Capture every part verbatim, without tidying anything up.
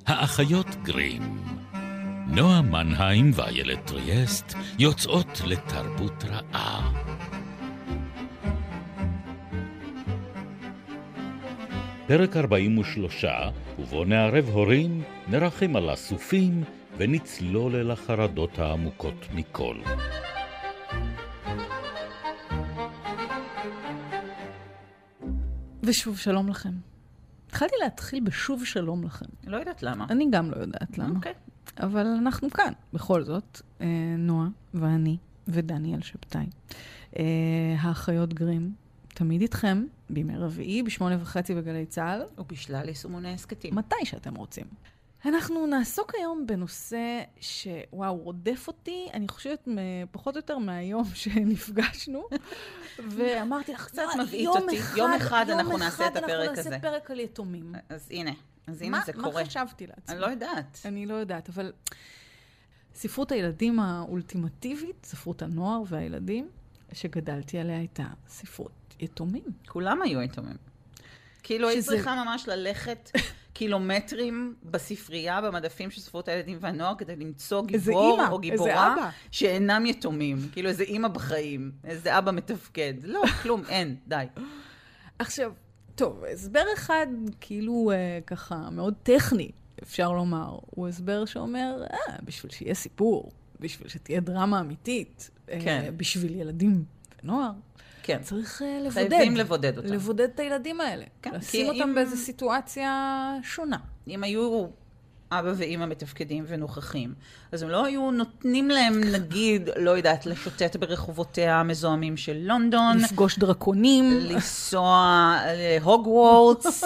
האחיות גרים. נועה מנהיים ואיילת טריאסט יוצאות לתרבות רעה. פרק ארבעים ושלוש, ובו נערב הורים, נרחם על הסופים ונצלול אל החרדות העמוקות מכל. ושוב שלום לכם. התחלתי להתחיל בשוב שלום לכם. לא יודעת למה. אני גם לא יודעת למה. אוקיי. אבל אנחנו כאן, בכל זאת, נועה ואני ודניאל שבתאי. האחיות גרים, תמיד איתכם, בימי רביעי, בשמונה וחצי בגלי צהל. ובשלל יישומוני הסקטים. מתי שאתם רוצים. אנחנו נעסוק היום בנושא שוואו, רודף אותי, אני חושבת פחות או יותר מהיום שנפגשנו, ואמרתי לך, קצת מבעית אותי, יום אחד אנחנו נעשה את הפרק הזה. אנחנו נעשה פרק על יתומים. אז הנה, אז הנה זה קורה. מה חשבתי לעצמי? אני לא יודעת. אני לא יודעת, אבל ספרות הילדים האולטימטיבית, ספרות הנוער והילדים, שגדלתי עליה הייתה ספרות יתומים. כולם היו יתומים. כאילו היא צריכה ממש ללכת קילומטרים בספרייה, במדפים של ספרות הילדים והנוער, כדי למצוא גיבור או גיבורה שאינם יתומים. כאילו איזה אימא בחיים, איזה אבא מתפקד. לא, כלום, אין, די. עכשיו, טוב, הסבר אחד כאילו אה, ככה מאוד טכני, אפשר לומר. הוא הסבר שאומר, אה, בשביל שיהיה סיפור, בשביל שתהיה דרמה אמיתית, כן. אה, בשביל ילדים ונוער. כן. צריך uh, לבודד. חייבים לבודד אותם. לבודד את הילדים האלה. כן. לשים אותם אם... באיזו סיטואציה שונה. אם היו אבא ואמא מתפקדים ונוכחים, אז הם לא היו נותנים להם, נגיד, לא יודעת, לשוטט ברחובותיה המזוהמים של לונדון. לפגוש דרקונים. לנסוע להוגוורטס.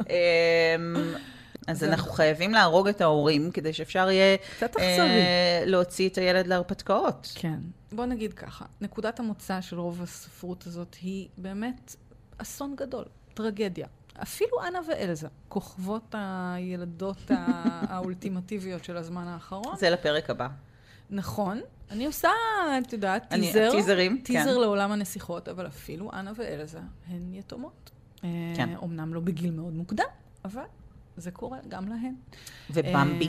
אז אנחנו חייבים להרוג את ההורים, כדי שאפשר יהיה להוציא את הילד להרפתקאות. כן. בוא נגיד ככה, נקודת המוצא של רוב הספרות הזאת היא באמת אסון גדול, טרגדיה. אפילו אנה ואלזה, כוכבות הילדות האולטימטיביות של הזמן האחרון. זה לפרק הבא. נכון. אני עושה, את יודעת, טיזר. טיזרים, טיזר לעולם הנסיכות, אבל אפילו אנה ואלזה הן יתומות. כן. אומנם לא בגיל מאוד מוקדם, אבל זה קורה גם להן. ובמבי.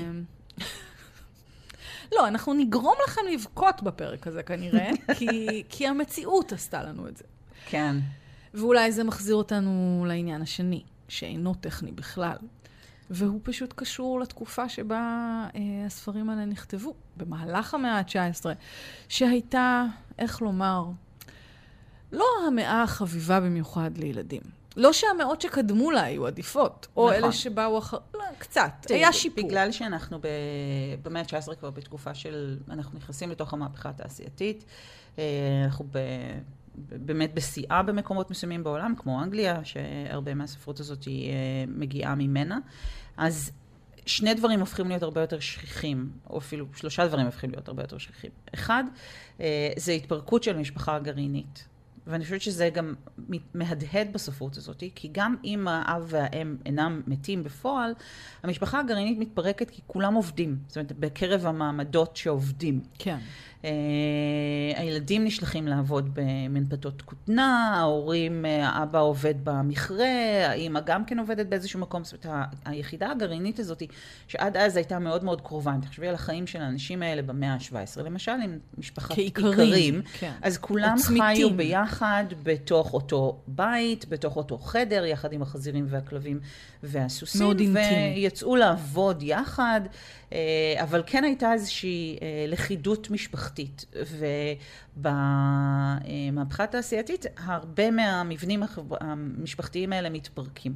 לא, אנחנו נגרום לכם לבכות בפרק הזה כנראה, כי, כי המציאות עשתה לנו את זה. כן. ואולי זה מחזיר אותנו לעניין השני, שאינו טכני בכלל. והוא פשוט קשור לתקופה שבה אה, הספרים האלה נכתבו, במהלך המאה ה-תשע עשרה, שהייתה, איך לומר, לא המאה החביבה במיוחד לילדים. לא שהמאות שקדמו לה היו עדיפות, או נכון. אלה שבאו אחר... לא, קצת. תראי, היה שיפור. בגלל שאנחנו במאה ה-תשע עשרה כבר בתקופה של... אנחנו נכנסים לתוך המהפכה התעשייתית. אנחנו ב... באמת בשיאה במקומות מסוימים בעולם, כמו אנגליה, שהרבה מהספרות הזאת היא מגיעה ממנה. אז שני דברים הופכים להיות הרבה יותר שכיחים, או אפילו שלושה דברים הופכים להיות הרבה יותר שכיחים. אחד, זה התפרקות של משפחה גרעינית. ואני חושבת שזה גם מהדהד בספרות הזאת, כי גם אם האב והאם אינם מתים בפועל, המשפחה הגרעינית מתפרקת כי כולם עובדים. זאת אומרת, בקרב המעמדות שעובדים. כן. Uh, הילדים נשלחים לעבוד במנפתות כותנה, ההורים, האבא עובד במכרה, האמא גם כן עובדת באיזשהו מקום. זאת אומרת, היחידה הגרעינית הזאת, שעד אז הייתה מאוד מאוד קרובה, תחשבי על החיים של האנשים האלה במאה ה-שבע עשרה, למשל עם משפחת עיקרים, כן. אז כולם חיו ביחד בתוך אותו בית, בתוך אותו חדר, יחד עם החזירים והכלבים והסוסים, ויצאו לעבוד יחד, אבל כן הייתה איזושהי לכידות משפחתית, ובמהפכה התעשייתית הרבה מהמבנים המשפחתיים האלה מתפרקים.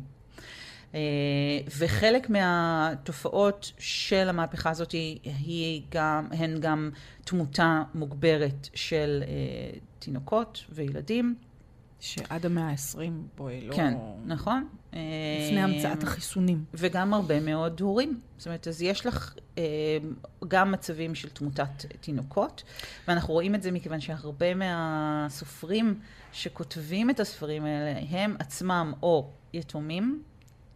וחלק מהתופעות של המהפכה הזאת היא גם, הן גם תמותה מוגברת של תינוקות וילדים. שעד המאה ה-עשרים בואי לא... כן, נכון. לפני המצאת החיסונים. וגם הרבה מאוד הורים. זאת אומרת, אז יש לך גם מצבים של תמותת תינוקות, ואנחנו רואים את זה מכיוון שהרבה מהסופרים שכותבים את הספרים האלה, הם עצמם או יתומים,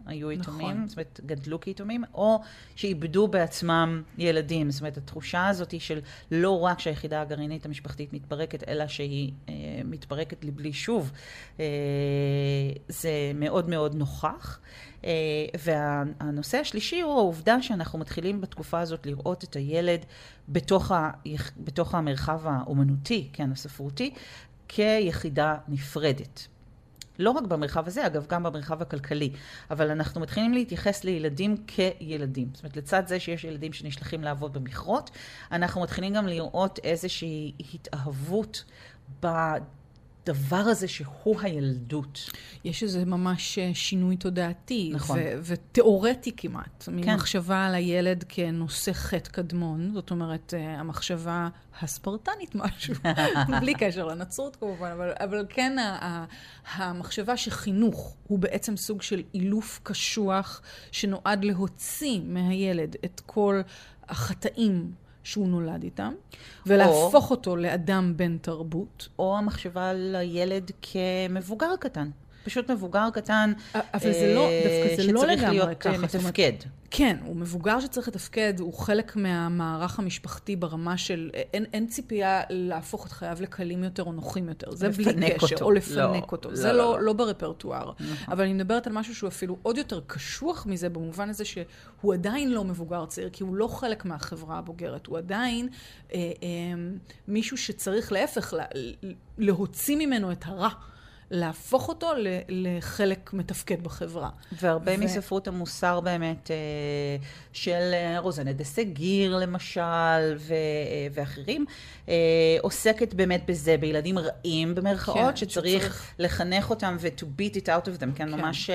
היו יתומים, נכון. זאת אומרת, גדלו כיתומים, או שאיבדו בעצמם ילדים. זאת אומרת, התחושה הזאת של לא רק שהיחידה הגרעינית המשפחתית מתפרקת, אלא שהיא אה, מתפרקת לבלי שוב. אה, זה מאוד מאוד נוכח. Uh, והנושא השלישי הוא העובדה שאנחנו מתחילים בתקופה הזאת לראות את הילד בתוך, ה, בתוך המרחב האומנותי, כן, הספרותי, כיחידה נפרדת. לא רק במרחב הזה, אגב, גם במרחב הכלכלי, אבל אנחנו מתחילים להתייחס לילדים כילדים. זאת אומרת, לצד זה שיש ילדים שנשלחים לעבוד במכרות, אנחנו מתחילים גם לראות איזושהי התאהבות ב... דבר הזה שהוא הילדות. יש איזה ממש שינוי תודעתי, נכון. ו- ותיאורטי כמעט, כן. ממחשבה על הילד כנושא חטא קדמון, זאת אומרת, המחשבה הספרטנית משהו, בלי קשר לנצרות כמובן, אבל, אבל כן ה- המחשבה שחינוך הוא בעצם סוג של אילוף קשוח, שנועד להוציא מהילד את כל החטאים, שהוא נולד איתם, ולהפוך או, אותו לאדם בן תרבות. או המחשבה על הילד כמבוגר קטן. פשוט מבוגר קטן, אבל זה לא, דווקא זה לא לגמרי ככה. שצריך להיות מתפקד. כן, הוא מבוגר שצריך לתפקד, הוא חלק מהמערך המשפחתי ברמה של, אין, אין ציפייה להפוך את חייו לקלים יותר או נוחים יותר. זה בלי קשר, אותו. או לפנק לא, אותו. לא, זה לא, לא, לא. לא ברפרטואר. אבל אני מדברת על משהו שהוא אפילו עוד יותר קשוח מזה, במובן הזה שהוא עדיין לא מבוגר צעיר, כי הוא לא חלק מהחברה הבוגרת. הוא עדיין אה, אה, מישהו שצריך להפך, לה, להוציא ממנו את הרע. להפוך אותו לחלק מתפקד בחברה. והרבה ו... מספרות המוסר באמת של רוזנה דה סגיר למשל, ו... ואחרים, עוסקת באמת בזה, בילדים רעים במרכאות, כן, שצריך, שצריך לחנך אותם ו- to beat it out of them, כן, כן. ממש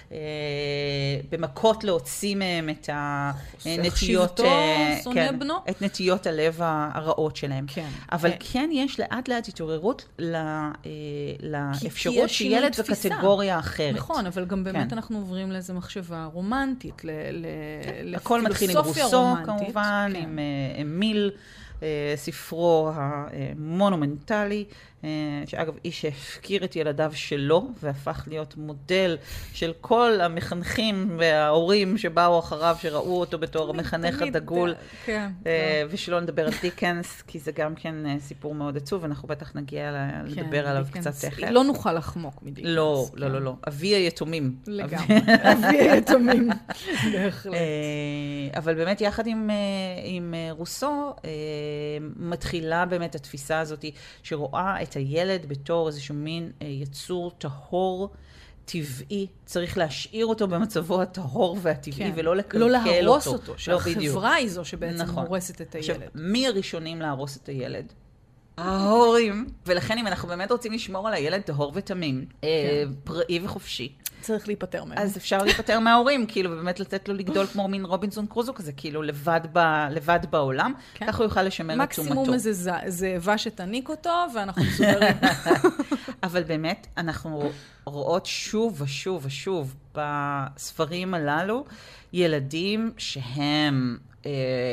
במכות להוציא מהם את הנטיות, כן, בנו. את נטיות הלב הרעות שלהם. כן, אבל כן. כן יש לאט לאט התעוררות לאפשרות שילד זו קטגוריה אחרת. נכון, אבל גם באמת כן. אנחנו עוברים לאיזו מחשבה רומנטית, ל- ל- הכל מתחיל עם רוסו כמובן, כן. עם uh, אמיל, uh, ספרו המונומנטלי, uh, שאגב איש שהפקיר את ילדיו שלו, והפך להיות מודל של כל המחנכים וההורים שבאו אחריו, שראו אותו בתור המחנך הדגול, כן, uh, ושלא נדבר על דיקנס, כי זה גם כן uh, סיפור מאוד עצוב, אנחנו בטח נגיע ל- כן, לדבר עליו דיקנס, קצת תכף. לא נוכל לחמוק מדיקנס. לא, כן. לא, לא, לא. אבי היתומים. לגמרי, אבי היתומים. בהחלט. אבל באמת יחד עם, עם רוסו, מתחילה באמת התפיסה הזאת שרואה את הילד בתור איזשהו מין יצור טהור, טבעי, צריך להשאיר אותו במצבו הטהור והטבעי, כן. ולא לקלקל לא אותו. להרוס אותו, לא, שהחברה היא זו שבעצם נכון. הורסת את הילד. עכשיו, מי הראשונים להרוס את הילד? ההורים. ולכן אם אנחנו באמת רוצים לשמור על הילד טהור ותמים, כן. פראי וחופשי, צריך להיפטר מהם. אז אפשר להיפטר מההורים, כאילו, ובאמת לתת לו לגדול כמו מין רובינסון קרוזו כזה, כאילו, לבד, ב, לבד בעולם, כן. כך הוא יוכל לשמר את תשומתו. מקסימום איזה זאבה שתניק אותו, ואנחנו מסודרים. אבל באמת, אנחנו רואות שוב ושוב ושוב בספרים הללו, ילדים שהם אה,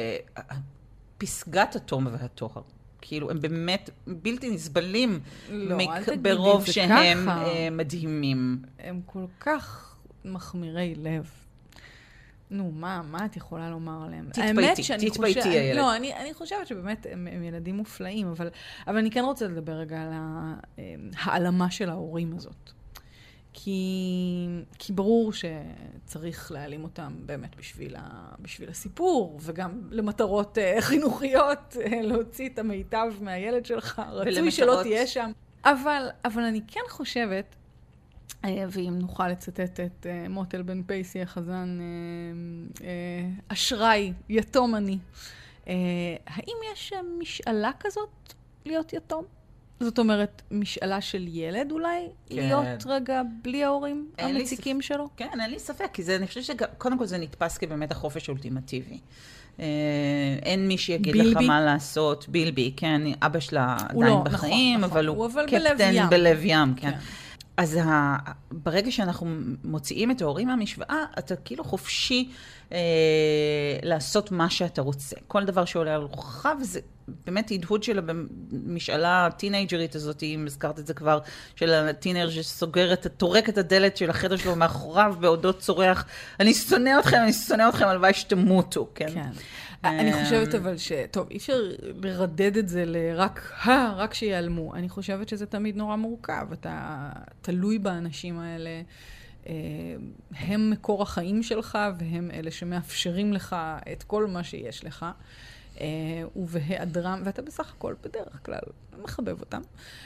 פסגת התום והטוהר. כאילו, הם באמת בלתי נסבלים לא, מק... ברוב שהם ככה. מדהימים. הם כל כך מחמירי לב. נו, מה, מה את יכולה לומר עליהם? תתפייטי, תתפייטי הילד. לא, אני, אני חושבת שבאמת הם, הם ילדים מופלאים, אבל, אבל אני כן רוצה לדבר רגע על העלמה של ההורים הזאת. כי, כי ברור שצריך להעלים אותם באמת בשביל, ה, בשביל הסיפור, וגם למטרות uh, חינוכיות, uh, להוציא את המיטב מהילד שלך, רצוי שלא תהיה שם. אבל, אבל אני כן חושבת, uh, ואם נוכל לצטט את uh, מוטל בן פייסי החזן, uh, uh, אשראי, יתום אני, uh, האם יש משאלה כזאת להיות יתום? זאת אומרת, משאלה של ילד אולי, כן. להיות רגע בלי ההורים המציקים ספ... שלו? כן, אין לי ספק, כי זה, אני חושבת שקודם כל זה נתפס כבאמת החופש האולטימטיבי. אה, אין מי שיגיד בילבי? לך מה לעשות. בילבי, כן, אבא שלה עדיין לא, בחיים, נכון, אבל נכון. הוא, הוא קפטן בלב ים. בלב ים, כן. כן. אז ה... ברגע שאנחנו מוציאים את ההורים מהמשוואה, אתה כאילו חופשי אה, לעשות מה שאתה רוצה. כל דבר שעולה על רוחב, זה באמת הדהוד שלה במשאלה הטינג'רית הזאת, אם הזכרת את זה כבר, של הטינג'ר שסוגר את, טורק את הדלת של החדר שלו מאחוריו, בעודו צורח, אני שונא אתכם, אני שונא אתכם, הלוואי שתמותו, כן? כן. אני חושבת אבל ש... טוב, אי אפשר לרדד את זה לרק, הא, רק שיעלמו. אני חושבת שזה תמיד נורא מורכב. אתה תלוי באנשים האלה. הם מקור החיים שלך, והם אלה שמאפשרים לך את כל מה שיש לך. ובהיעדרם, ואתה בסך הכל בדרך כלל מחבב אותם.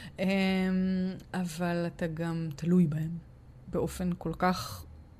אבל אתה גם תלוי בהם באופן כל כך...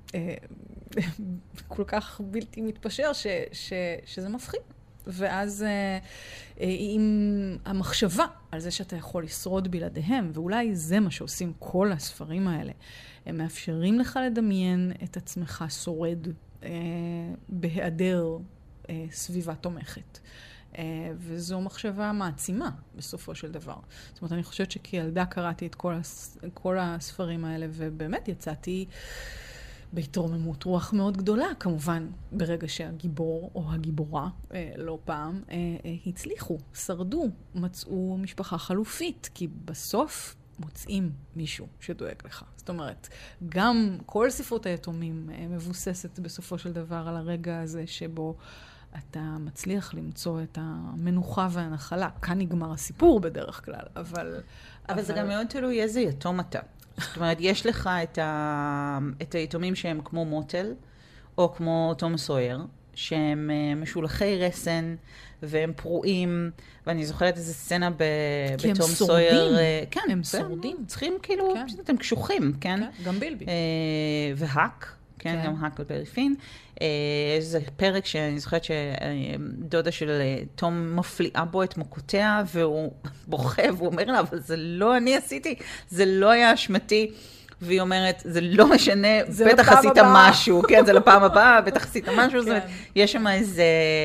כל כך בלתי מתפשר ש, ש, שזה מפחיד. ואז עם המחשבה על זה שאתה יכול לשרוד בלעדיהם, ואולי זה מה שעושים כל הספרים האלה, הם מאפשרים לך לדמיין את עצמך שורד אה, בהיעדר אה, סביבה תומכת. אה, וזו מחשבה מעצימה בסופו של דבר. זאת אומרת, אני חושבת שכילדה קראתי את כל, הס, כל הספרים האלה, ובאמת יצאתי בהתרוממות רוח מאוד גדולה, כמובן, ברגע שהגיבור או הגיבורה, אה, לא פעם, אה, אה, הצליחו, שרדו, מצאו משפחה חלופית, כי בסוף מוצאים מישהו שדואג לך. זאת אומרת, גם כל ספרות היתומים אה, מבוססת בסופו של דבר על הרגע הזה שבו אתה מצליח למצוא את המנוחה והנחלה. כאן נגמר הסיפור בדרך כלל, אבל... אבל, אבל... זה גם מאוד תלוי איזה יתום אתה. זאת אומרת, יש לך את, ה... את היתומים שהם כמו מוטל, או כמו תום סויר, שהם משולחי רסן, והם פרועים, ואני זוכרת איזו סצנה ב... כי בתום הם סויר. שורדים. כן, הם שורדים. צריכים כאילו, כן. פשוט אתם קשוחים, כן? כן, גם בילבי. והק. כן, גם האק וברי פין. זה פרק שאני זוכרת שדודה של תום מפליאה בו את מוקותיה, והוא בוכה, והוא אומר לה, אבל זה לא אני עשיתי, זה לא היה אשמתי. והיא אומרת, זה לא משנה, בטח עשית משהו, כן, זה לפעם הבאה, בטח עשית משהו, יש שם איזה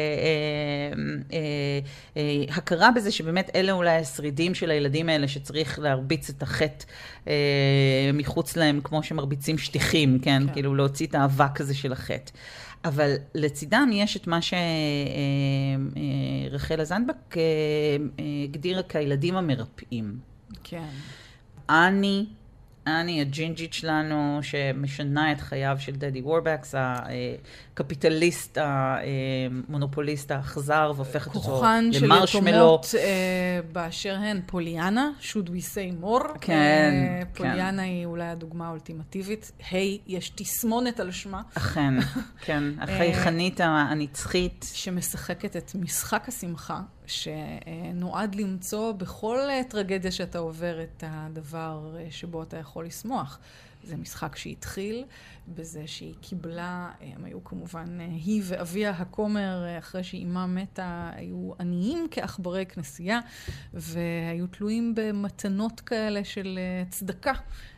הכרה בזה שבאמת אלה אולי השרידים של הילדים האלה, שצריך להרביץ את החטא מחוץ להם, כמו שמרביצים שטיחים, כן, כאילו להוציא את האבק הזה של החטא. אבל לצידם יש את מה שרחל זנדבק הגדירה כילדים המרפאים. כן. אני... אני, הג'ינג'ית שלנו, שמשנה את חייו של דדי וורבקס, הקפיטליסט, המונופוליסט האכזר, והופכת אותו למרשמלו. כוחן של יתומות באשר הן, פוליאנה, should we say more. כן, פוליאנה היא אולי הדוגמה האולטימטיבית. היי, יש תסמונת על שמה. אכן, כן, החייכנית הנצחית. שמשחקת את משחק השמחה, שנועד למצוא בכל טרגדיה שאתה עובר את הדבר שבו אתה יכול לשמוח. זה משחק שהתחיל בזה שהיא קיבלה, הם היו כמובן, היא ואביה הכומר, אחרי שאימה מתה, היו עניים כאחברי כנסייה, והיו תלויים במתנות כאלה של צדקה.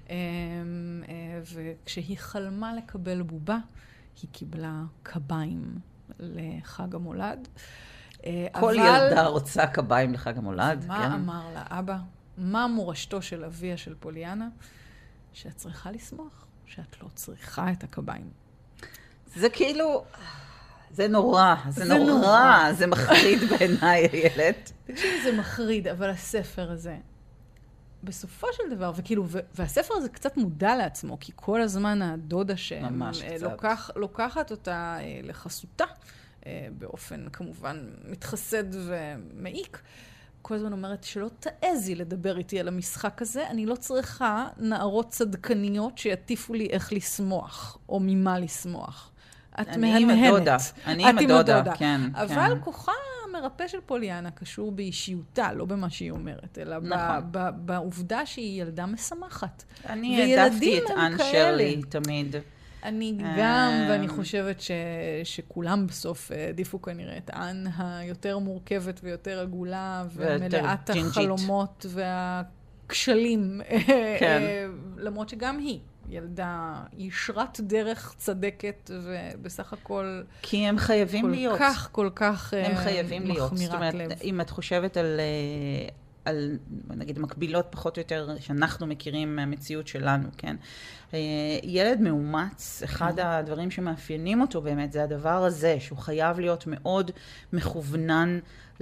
וכשהיא חלמה לקבל בובה, היא קיבלה קביים לחג המולד. כל אבל... ילדה רוצה קביים לחג המולד. מה כן. אמר לה אבא? מה מורשתו של אביה של פוליאנה? שאת צריכה לשמוח, שאת לא צריכה את הקביים. זה כאילו, זה נורא, זה, זה נורא, נורא, זה מחריד בעיניי הילד. תקשיב, זה מחריד, אבל הספר הזה, בסופו של דבר, וכאילו, והספר הזה קצת מודע לעצמו, כי כל הזמן הדודה שלוקחת אותה לחסותה, באופן כמובן מתחסד ומעיק, כל הזמן אומרת שלא תעזי לדבר איתי על המשחק הזה, אני לא צריכה נערות צדקניות שיטיפו לי איך לשמוח, או ממה לשמוח. את מהנהנת. אני עם הדודה, אני עם הדודה, כן. אבל כוחה המרפא של פוליאנה קשור באישיותה, לא במה שהיא אומרת, אלא בעובדה שהיא ילדה משמחת. אני העדפתי את אן שרלי תמיד. אני גם, ואני חושבת ש, שכולם בסוף העדיפו כנראה את אן היותר מורכבת ויותר עגולה, ומלאת החלומות והכשלים. כן. למרות שגם היא ילדה ישרת דרך צדקת, ובסך הכל... כי הם חייבים כל להיות. כל כך, כל כך הם חייבים להיות. זאת אומרת, לב. אם את חושבת על... על, נגיד, מקבילות פחות או יותר שאנחנו מכירים מהמציאות שלנו, כן? ילד מאומץ, אחד הדברים שמאפיינים אותו באמת, זה הדבר הזה, שהוא חייב להיות מאוד מכוונן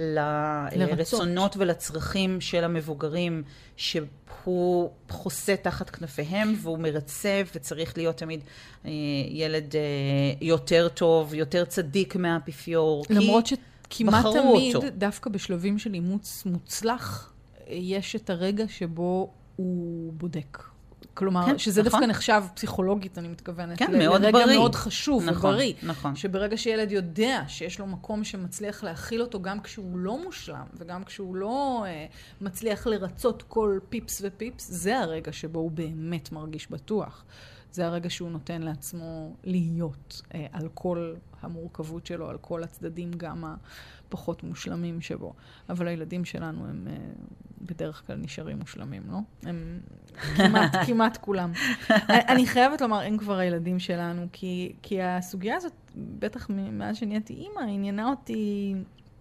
לרצונות ולצרכים של המבוגרים, שהוא חוסה תחת כנפיהם, והוא מרצה וצריך להיות תמיד ילד יותר טוב, יותר צדיק מהאפיפיור. למרות שכמעט תמיד, אותו. דווקא בשלבים של אימוץ מוצלח, יש את הרגע שבו הוא בודק. כלומר, כן, שזה נכון. דווקא נחשב פסיכולוגית, אני מתכוונת. כן, ל- מאוד לרגע בריא. מאוד חשוב נכון, ובריא. נכון. שברגע שילד יודע שיש לו מקום שמצליח להכיל אותו גם כשהוא לא מושלם, וגם כשהוא לא אה, מצליח לרצות כל פיפס ופיפס, זה הרגע שבו הוא באמת מרגיש בטוח. זה הרגע שהוא נותן לעצמו להיות אה, על כל המורכבות שלו, על כל הצדדים, גם הפחות מושלמים שבו. אבל הילדים שלנו הם אה, בדרך כלל נשארים מושלמים, לא? הם כמעט, כמעט כולם. אני חייבת לומר, הם כבר הילדים שלנו, כי, כי הסוגיה הזאת, בטח מאז שנהייתי אימא, עניינה אותי,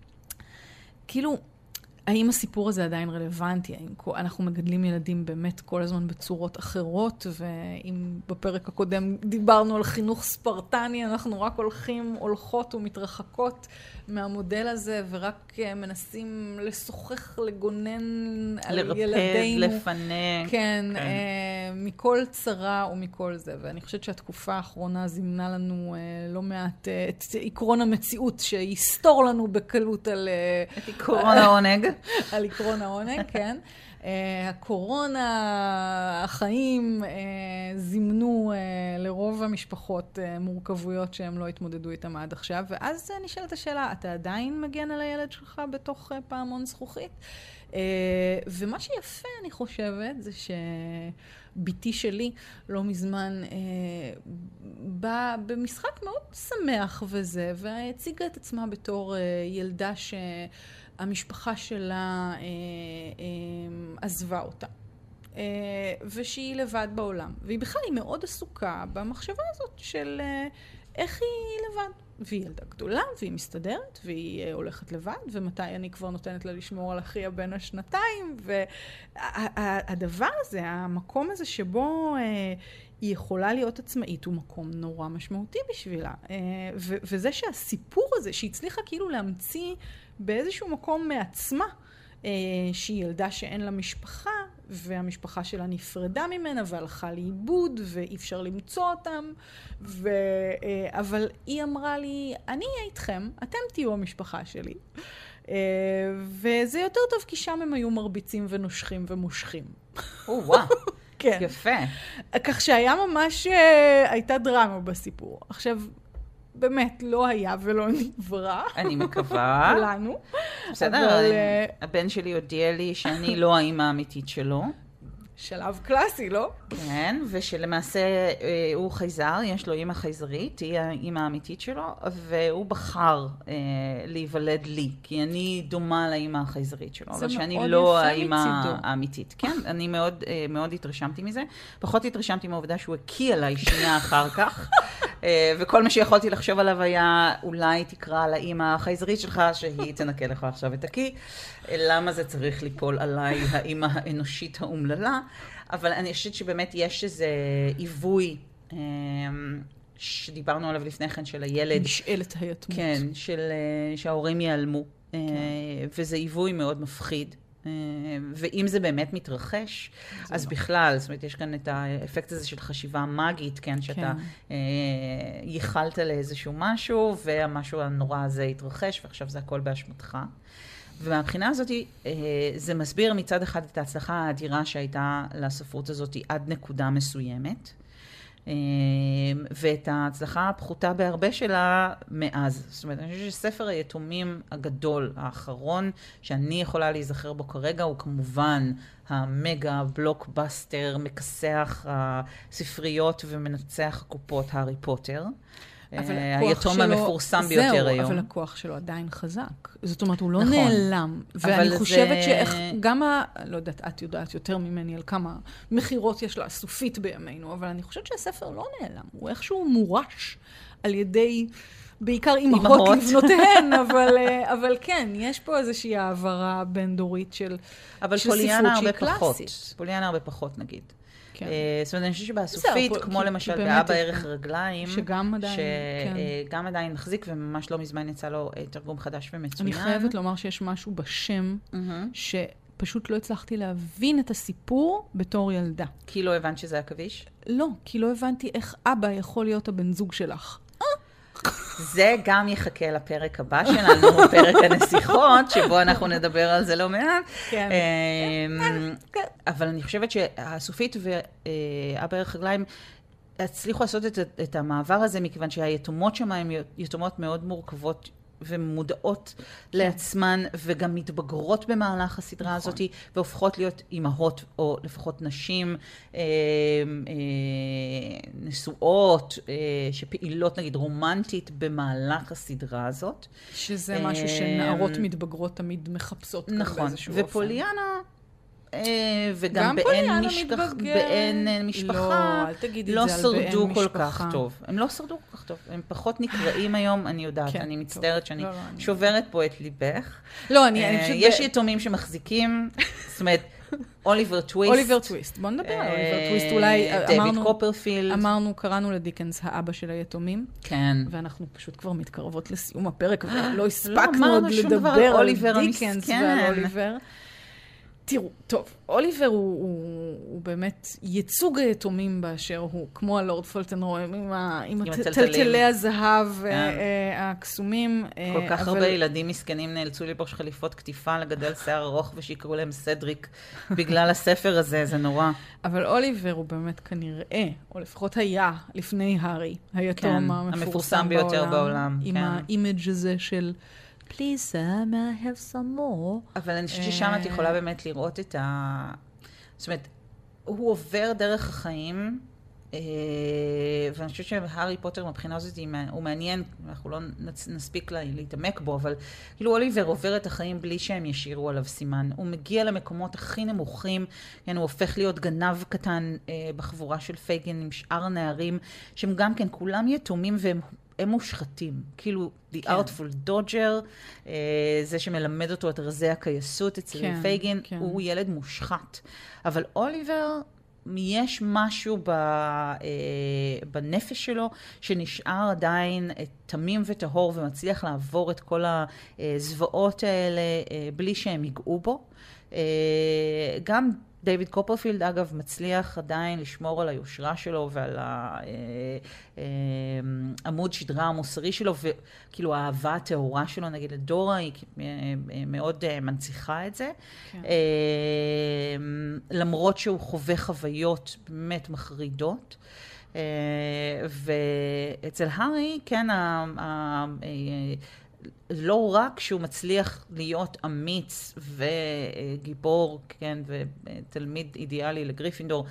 כאילו, האם הסיפור הזה עדיין רלוונטי? האם אנחנו מגדלים ילדים באמת כל הזמן בצורות אחרות, ואם בפרק הקודם דיברנו על חינוך ספרטני, אנחנו רק הולכים, הולכות ומתרחקות מהמודל הזה, ורק מנסים לשוחח, לגונן על ילדינו. לרפד, לפנק. כן, כן. אה, מכל צרה ומכל זה. ואני חושבת שהתקופה האחרונה זימנה לנו אה, לא מעט אה, את עקרון המציאות, שיסתור לנו בקלות על... אה, את עקרון העונג. על עקרון העונג, כן. Uh, הקורונה, החיים, uh, זימנו uh, לרוב המשפחות uh, מורכבויות שהם לא התמודדו איתם עד עכשיו, ואז uh, נשאלת השאלה, אתה עדיין מגן על הילד שלך בתוך uh, פעמון זכוכית? Uh, ומה שיפה, אני חושבת, זה שביתי שלי לא מזמן uh, בא במשחק מאוד שמח וזה, והציגה את עצמה בתור uh, ילדה ש... המשפחה שלה אה, אה, עזבה אותה, אה, ושהיא לבד בעולם. והיא בכלל היא מאוד עסוקה במחשבה הזאת של אה, איך היא לבד. והיא ילדה גדולה, והיא מסתדרת, והיא אה, הולכת לבד, ומתי אני כבר נותנת לה לשמור על אחיה בין השנתיים. והדבר הזה, המקום הזה שבו אה, היא יכולה להיות עצמאית, הוא מקום נורא משמעותי בשבילה. אה, ו- וזה שהסיפור הזה, שהיא הצליחה כאילו להמציא באיזשהו מקום מעצמה, אה, שהיא ילדה שאין לה משפחה, והמשפחה שלה נפרדה ממנה והלכה לאיבוד, ואי אפשר למצוא אותם, ו, אה, אבל היא אמרה לי, אני אהיה איתכם, אתם תהיו המשפחה שלי. אה, וזה יותר טוב, כי שם הם היו מרביצים ונושכים ומושכים. או, וואו. כן. יפה. כך שהיה ממש, אה, הייתה דרמה בסיפור. עכשיו, באמת לא היה ולא נברא. אני מקווה. לנו. בסדר, הבן שלי הודיע לי שאני לא האמא האמיתית שלו. שלב קלאסי, לא? כן, ושלמעשה הוא חייזר, יש לו אמא חייזרית, היא האמא האמיתית שלו, והוא בחר אה, להיוולד לי, כי אני דומה לאמא החייזרית שלו, אבל שאני לא האמא האמיתית. כן, אני מאוד, אה, מאוד התרשמתי מזה. פחות התרשמתי מהעובדה שהוא הקיא עליי שנייה אחר כך, אה, וכל מה שיכולתי לחשוב עליו היה, אולי תקרא לאמא החייזרית שלך, שהיא תנקה לך עכשיו את הקיא. למה זה צריך ליפול עליי, האמא האנושית האומללה? אבל אני חושבת שבאמת יש איזה עיווי שדיברנו עליו לפני כן של הילד. משאלת היתמות. כן, של, שההורים ייעלמו. כן. וזה עיווי מאוד מפחיד. ואם זה באמת מתרחש, אז לא. בכלל, זאת אומרת, יש כאן את האפקט הזה של חשיבה מגית, כן, שאתה כן. ייחלת לאיזשהו משהו, והמשהו הנורא הזה התרחש, ועכשיו זה הכל באשמתך. ומהבחינה הזאת, זה מסביר מצד אחד את ההצלחה האדירה שהייתה לספרות הזאת עד נקודה מסוימת, ואת ההצלחה הפחותה בהרבה שלה מאז. זאת אומרת, אני חושב שספר היתומים הגדול, האחרון, שאני יכולה להיזכר בו כרגע, הוא כמובן המגה בלוקבאסטר, מכסח הספריות ומנצח הקופות, הארי פוטר. היתום המפורסם ביותר היום. אבל הכוח שלו עדיין חזק. זאת אומרת, הוא לא נעלם. ואני חושבת שאיך, גם ה... לא יודעת, את יודעת יותר ממני על כמה מחירות יש לה סופית בימינו, אבל אני חושבת שהספר לא נעלם. הוא איכשהו מורש על ידי בעיקר אימהות לבנותיהן, אבל, אבל כן, יש פה איזושהי העברה בין-דורית של, אבל של פוליאנה ספרות הרבה שהיא פחות. קלאסית. פוליאנה הרבה פחות, נגיד. כן. זאת אומרת, אני חושבת שבסופית, כמו כי, למשל כי באבא ערך רגליים, שגם עדיין, שגם כן. עדיין מחזיק, וממש לא מזמן יצא לו תרגום חדש ומצוין. אני חייבת לומר שיש משהו בשם, mm-hmm. שפשוט לא הצלחתי להבין את הסיפור בתור ילדה. כי לא הבנת שזה עכביש? לא, כי לא הבנתי איך אבא יכול להיות הבן זוג שלך. זה גם יחכה לפרק הבא שלנו, פרק הנסיכות, שבו אנחנו נדבר על זה לא מעט. כן. אבל אני חושבת שהסופית ואבא ערך רגליים הצליחו לעשות את, את המעבר הזה, מכיוון שהיתומות שם הן יתומות מאוד מורכבות ומודעות כן. לעצמן, וגם מתבגרות במהלך הסדרה נכון. הזאת, והופכות להיות אימהות, או לפחות נשים אה, אה, נשואות, אה, שפעילות נגיד רומנטית במהלך הסדרה הזאת. שזה אה, משהו שנערות מתבגרות תמיד מחפשות. נכון, ופוליאנה... וגם באין משפחה, באין משפחה, לא, אל תגידי לא את זה על באין שרדו כל משפחה. כך טוב. הם לא שרדו כל כך טוב. הם פחות נקראים היום, אני יודעת, כן, אני מצטערת שאני לא, לא, שוברת פה את ליבך. לא, אני, אני פשוט... יש יתומים שמחזיקים, זאת אומרת, אוליבר טוויסט. אוליבר טוויסט, בוא נדבר על אוליבר טוויסט. אולי דיוויד קופרפילד. אמרנו, קראנו לדיקנס האבא של היתומים. כן. ואנחנו פשוט כבר מתקרבות לסיום הפרק, ולא הספקנו עוד לדבר על דיקנס ועל אוליבר. תראו, טוב, אוליבר הוא, הוא, הוא באמת ייצוג היתומים באשר הוא, כמו הלורד פולטנרוי, עם, עם, עם טלטלי הזהב הקסומים. כל כך אבל... הרבה ילדים מסכנים נאלצו לבוש חליפות כתיפה, לגדל שיער ארוך, ושיקראו להם סדריק בגלל הספר הזה, זה נורא. אבל אוליבר הוא באמת כנראה, או לפחות היה, לפני הארי, היתום כן, המפורסם, המפורסם ביותר בעולם. בעולם עם כן. האימג' הזה של... Please, sir, may I have some more? אבל אני חושבת ששם את יכולה באמת לראות את ה... זאת אומרת, הוא עובר דרך החיים, ואני חושבת שהארי פוטר מבחינה הזאת הוא מעניין, אנחנו לא נספיק להתעמק בו, אבל כאילו אוליבר עובר את החיים בלי שהם ישירו עליו סימן. הוא מגיע למקומות הכי נמוכים, כן, הוא הופך להיות גנב קטן בחבורה של פייגן עם שאר הנערים, שהם גם כן כולם יתומים והם... הם מושחתים, כאילו, The כן. Artful Dodger, אה, זה שמלמד אותו את רזי הקייסות אצל כן, פייגן, כן. הוא ילד מושחת. אבל אוליבר, יש משהו ב, אה, בנפש שלו, שנשאר עדיין תמים וטהור, ומצליח לעבור את כל הזוועות האלה, אה, בלי שהם יגעו בו. אה, גם דיוויד קופרפילד, אגב, מצליח עדיין לשמור על היושרה שלו ועל העמוד שדרה המוסרי שלו, וכאילו האהבה הטהורה שלו, נגיד לדורה, היא מאוד מנציחה את זה. כן. למרות שהוא חווה חוויות באמת מחרידות. ואצל הארי, כן, לא רק שהוא מצליח להיות אמיץ וגיבור, כן, ותלמיד אידיאלי לגריפינדור,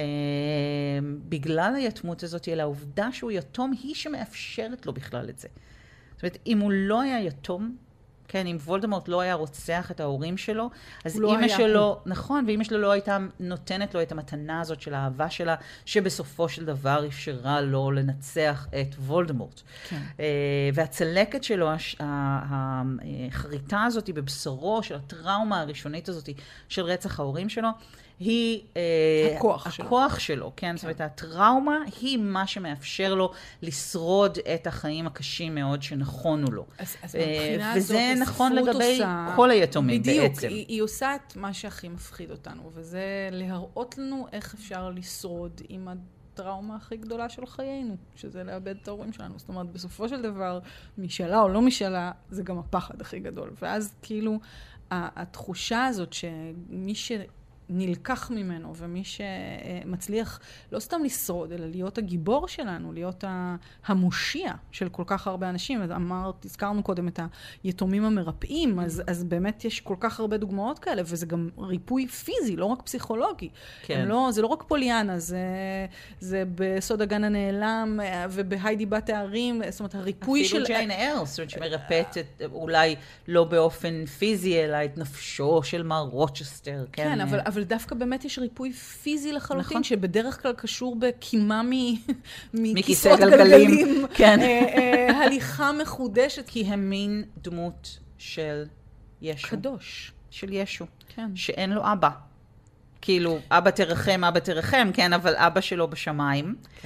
בגלל היתמות הזאת, אלא העובדה שהוא יתום היא שמאפשרת לו בכלל את זה. זאת אומרת, אם הוא לא היה יתום, כן, אם וולדמורט לא היה רוצח את ההורים שלו, אז לא אמא שלו, נכון, ואמא שלו לא הייתה נותנת לו את המתנה הזאת של האהבה שלה, שבסופו של דבר אפשרה לו לנצח את וולדמורט. כן. והצלקת שלו, החריטה הזאת בבשרו, של הטראומה הראשונית הזאת של רצח ההורים שלו, היא הכוח, uh, הכוח שלו, שלו, כן? כן. זאת אומרת, הטראומה היא מה שמאפשר לו לשרוד את החיים הקשים מאוד שנכונו לו. אז, אז מבחינה וזה הזאת, נכון לגבי עושה... כל היתומים בדיוק, בעצם. בדיוק, היא, היא עושה את מה שהכי מפחיד אותנו, וזה להראות לנו איך אפשר לשרוד עם הטראומה הכי גדולה של חיינו, שזה לאבד את ההורים שלנו. זאת אומרת, בסופו של דבר, משאלה או לא משאלה, זה גם הפחד הכי גדול. ואז כאילו, התחושה הזאת שמי ש... נלקח ממנו, ומי שמצליח לא סתם לשרוד, אלא להיות הגיבור שלנו, להיות המושיע של כל כך הרבה אנשים. אז אמרת, הזכרנו קודם את היתומים המרפאים, אז, אז באמת יש כל כך הרבה דוגמאות כאלה, וזה גם ריפוי פיזי, לא רק פסיכולוגי. כן. לא, זה לא רק פוליאנה, זה, זה בסוד הגן הנעלם, ובהיידי בת הערים, זאת אומרת, הריפוי של... אפילו ג'יין איירס, זאת אומרת, שמרפאת את, אולי לא באופן פיזי, אלא את נפשו של מר רוצ'סטר. כן, כן אבל, אבל דווקא באמת יש ריפוי פיזי לחלוטין, נכון. שבדרך כלל קשור בקימה מכיסאות גלגלים. כן. בהליכה מחודשת. כי הם מין דמות של ישו. קדוש. של ישו. כן. שאין לו אבא. כאילו, אבא תרחם, אבא תרחם, כן, אבל אבא שלו בשמיים. כן.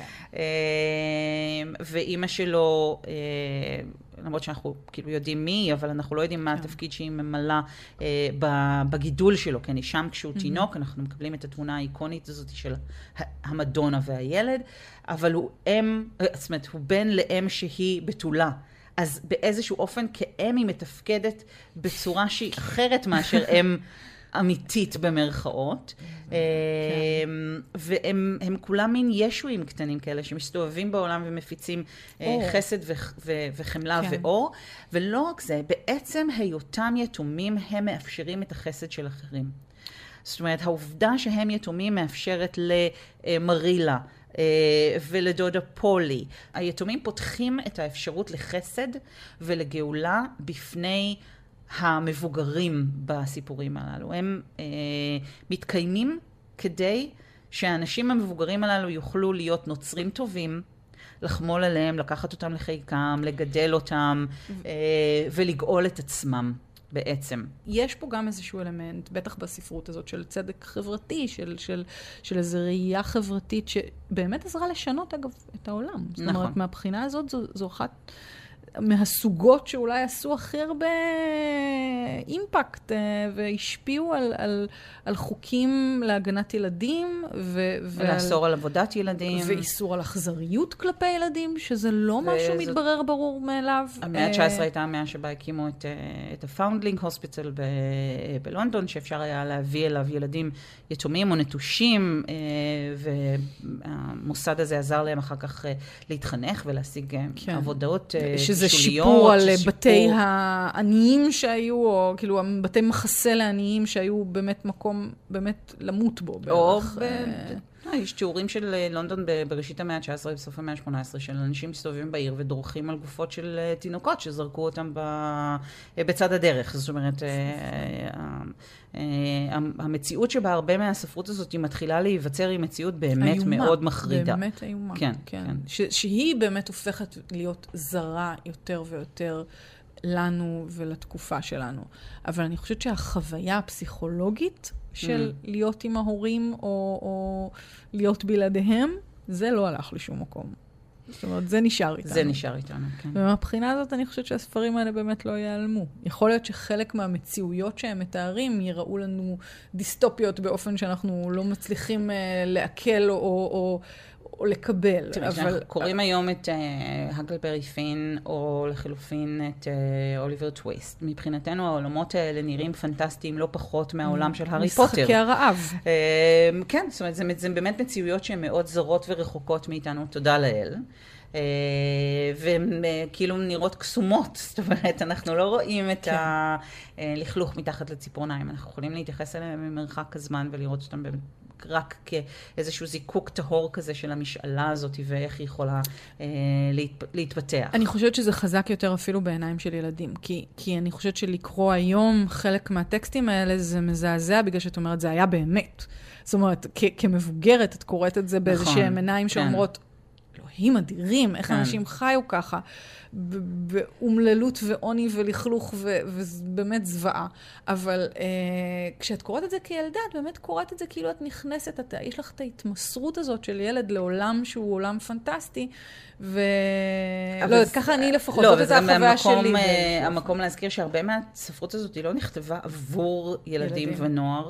ואימא שלו, למרות שאנחנו כאילו יודעים מי, אבל אנחנו לא יודעים מה התפקיד שהיא ממלאה בגידול שלו, כן, היא שם כשהוא תינוק, אנחנו מקבלים את התמונה האיקונית הזאת של המדונה והילד, אבל הוא אם, זאת אומרת, הוא בן לאם שהיא בתולה. אז באיזשהו אופן, כאם היא מתפקדת בצורה שהיא אחרת מאשר אם אמיתית במרכאות, והם כולם מין ישועים קטנים כאלה שמסתובבים בעולם ומפיצים חסד וחמלה ואור, ולא רק זה, בעצם היותם יתומים הם מאפשרים את החסד של אחרים. זאת אומרת, העובדה שהם יתומים מאפשרת למרילה ולדודה פולי. היתומים פותחים את האפשרות לחסד ולגאולה בפני המבוגרים בסיפורים הללו. הם אה, מתקיימים כדי שהאנשים המבוגרים הללו יוכלו להיות נוצרים טובים, לחמול עליהם, לקחת אותם לחיקם, לגדל אותם אה, ולגאול את עצמם בעצם. יש פה גם איזשהו אלמנט, בטח בספרות הזאת, של צדק חברתי, של, של, של איזו ראייה חברתית שבאמת עזרה לשנות, אגב, את העולם. נכון. זאת אומרת, מהבחינה הזאת זו, זו אחת מהסוגות שאולי עשו הכי הרבה אימפקט והשפיעו על, על, על חוקים להגנת ילדים ו, ולאסור על עבודת ילדים. ואיסור על אכזריות כלפי ילדים, שזה לא משהו וזאת... מתברר ברור מאליו. המאה ה-תשע עשרה הייתה המאה שבה הקימו את, את הפאונדלינג הוספיטל ב, בלונדון, שאפשר היה להביא אליו ילדים יתומים או נטושים, והמוסד הזה עזר להם אחר כך להתחנך ולהשיג כן. עבודות שזה שיפור על שיפור. בתי העניים שהיו, או כאילו בתי מחסה לעניים שהיו באמת מקום, באמת למות בו. או ב... אה, יש תיאורים של לונדון בראשית המאה ה-תשע עשרה, בסוף המאה ה-שמונה עשרה, של אנשים מסתובבים בעיר ודורכים על גופות של תינוקות שזרקו אותם בצד הדרך. זאת אומרת, המציאות שבה הרבה מהספרות הזאת היא מתחילה להיווצר, היא מציאות באמת מאוד מחרידה. באמת איומה. כן, כן. שהיא באמת הופכת להיות זרה יותר ויותר לנו ולתקופה שלנו. אבל אני חושבת שהחוויה הפסיכולוגית של mm. להיות עם ההורים או, או להיות בלעדיהם, זה לא הלך לשום מקום. זאת אומרת, זה נשאר איתנו. זה נשאר איתנו, כן. ומהבחינה הזאת אני חושבת שהספרים האלה באמת לא ייעלמו. יכול להיות שחלק מהמציאויות שהם מתארים יראו לנו דיסטופיות באופן שאנחנו לא מצליחים uh, לעכל או, או, או לקבל. תראי, אבל... אנחנו קוראים היום את הגלברי פין, או לחילופין את אוליבר טוויסט. מבחינתנו העולמות האלה נראים פנטסטיים לא פחות מהעולם של הארי פוטר. משחקי הרעב. כן, זאת אומרת, זה, זה באמת מציאויות שהן מאוד זרות ורחוקות מאיתנו, תודה לאל. והן כאילו נראות קסומות, זאת אומרת, אנחנו לא רואים את הלכלוך מתחת לציפורניים, אנחנו יכולים להתייחס אליהם ממרחק הזמן ולראות אותם באמת. רק כאיזשהו זיקוק טהור כזה של המשאלה הזאת, ואיך היא יכולה אה, להת, להתפתח. אני חושבת שזה חזק יותר אפילו בעיניים של ילדים, כי, כי אני חושבת שלקרוא היום חלק מהטקסטים האלה זה מזעזע, בגלל שאת אומרת, זה היה באמת. זאת אומרת, כ- כמבוגרת, את קוראת את זה באיזשהם עיניים שאומרות, אלוהים אדירים, איך אנשים חיו ככה, באומללות ועוני ולכלוך, ובאמת זוועה. אבל כשאת קוראת את זה כילדה, את באמת קוראת את זה כאילו את נכנסת, יש לך את ההתמסרות הזאת של ילד לעולם שהוא עולם פנטסטי, ולא יודעת, ככה אני לפחות, זאת הייתה החוויה שלי. המקום להזכיר שהרבה מהספרות הזאת היא לא נכתבה עבור ילדים ונוער,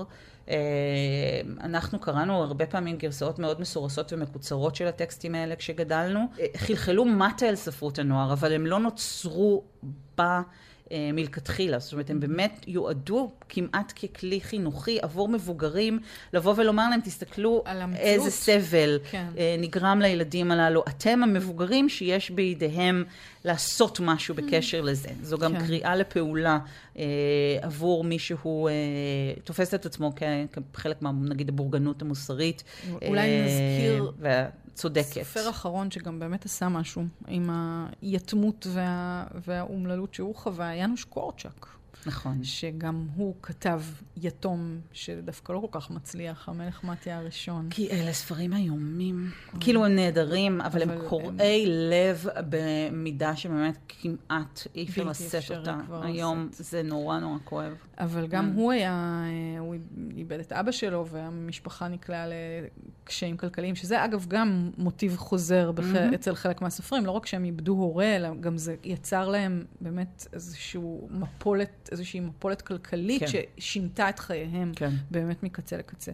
אנחנו קראנו הרבה פעמים גרסאות מאוד מסורסות ומקוצרות של הטקסטים האלה כשגדלנו. חלחלו מטה אל ספרות הנוער, אבל הם לא נוצרו בה מלכתחילה. זאת אומרת, הם באמת יועדו כמעט ככלי חינוכי עבור מבוגרים, לבוא ולומר להם, תסתכלו איזה סבל כן. נגרם לילדים הללו. אתם המבוגרים שיש בידיהם לעשות משהו בקשר לזה. זו גם כן. קריאה לפעולה אה, עבור מישהו, אה, תופס את עצמו כחלק מה, נגיד, הבורגנות המוסרית. אולי אה, נזכיר... צודקת. ספר אחרון שגם באמת עשה משהו עם היתמות וה, והאומללות שהוא חווה, יאנוש קורצ'אק. נכון. שגם הוא כתב יתום, שדווקא לא כל כך מצליח, המלך מתיה הראשון. כי אלה ספרים איומים. כאילו הם נהדרים, אבל הם קוראי לב במידה שבאמת כמעט אי אפשר לשאת אותה. היום זה נורא נורא כואב. אבל גם הוא היה, הוא איבד את אבא שלו, והמשפחה נקלעה לקשיים כלכליים, שזה אגב גם מוטיב חוזר אצל חלק מהסופרים, לא רק שהם איבדו הורה, אלא גם זה יצר להם באמת איזשהו מפולת, איזושהי מפולת כלכלית ששינתה את חייהם באמת מקצה לקצה.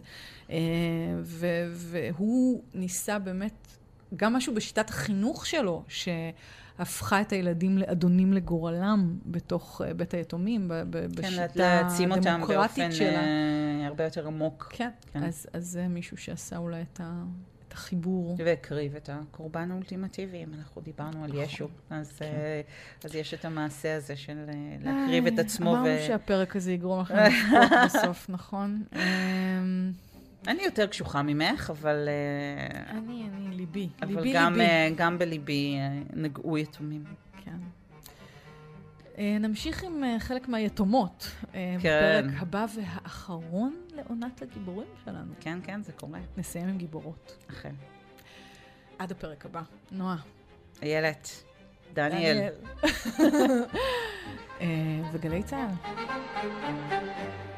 והוא ניסה באמת, גם משהו בשיטת החינוך שלו, שהפכה את הילדים לאדונים לגורלם בתוך בית היתומים, בשיטה הדמוקרטית שלה. הרבה יותר עמוק. כן, אז זה מישהו שעשה אולי את ה... החיבור. והקריב את הקורבן האולטימטיבי, אם אנחנו דיברנו על ישו. אז, כן. אז יש את המעשה הזה של להקריב את עצמו. אמרנו ו... שהפרק הזה יגרום לכם לבכות בסוף, נכון? אני יותר קשוחה ממך, אבל... אני, אני, ליבי. אבל ליבי, גם, ליבי. גם בליבי נגעו יתומים. כן. נמשיך עם חלק מהיתומות. כן. בפרק הבא והאחרון לעונת הגיבורים שלנו. כן, כן, זה קורה. נסיים עם גיבורות. אכן. עד הפרק הבא. נועה. איילת. דניאל. דניאל. וגלי צהל.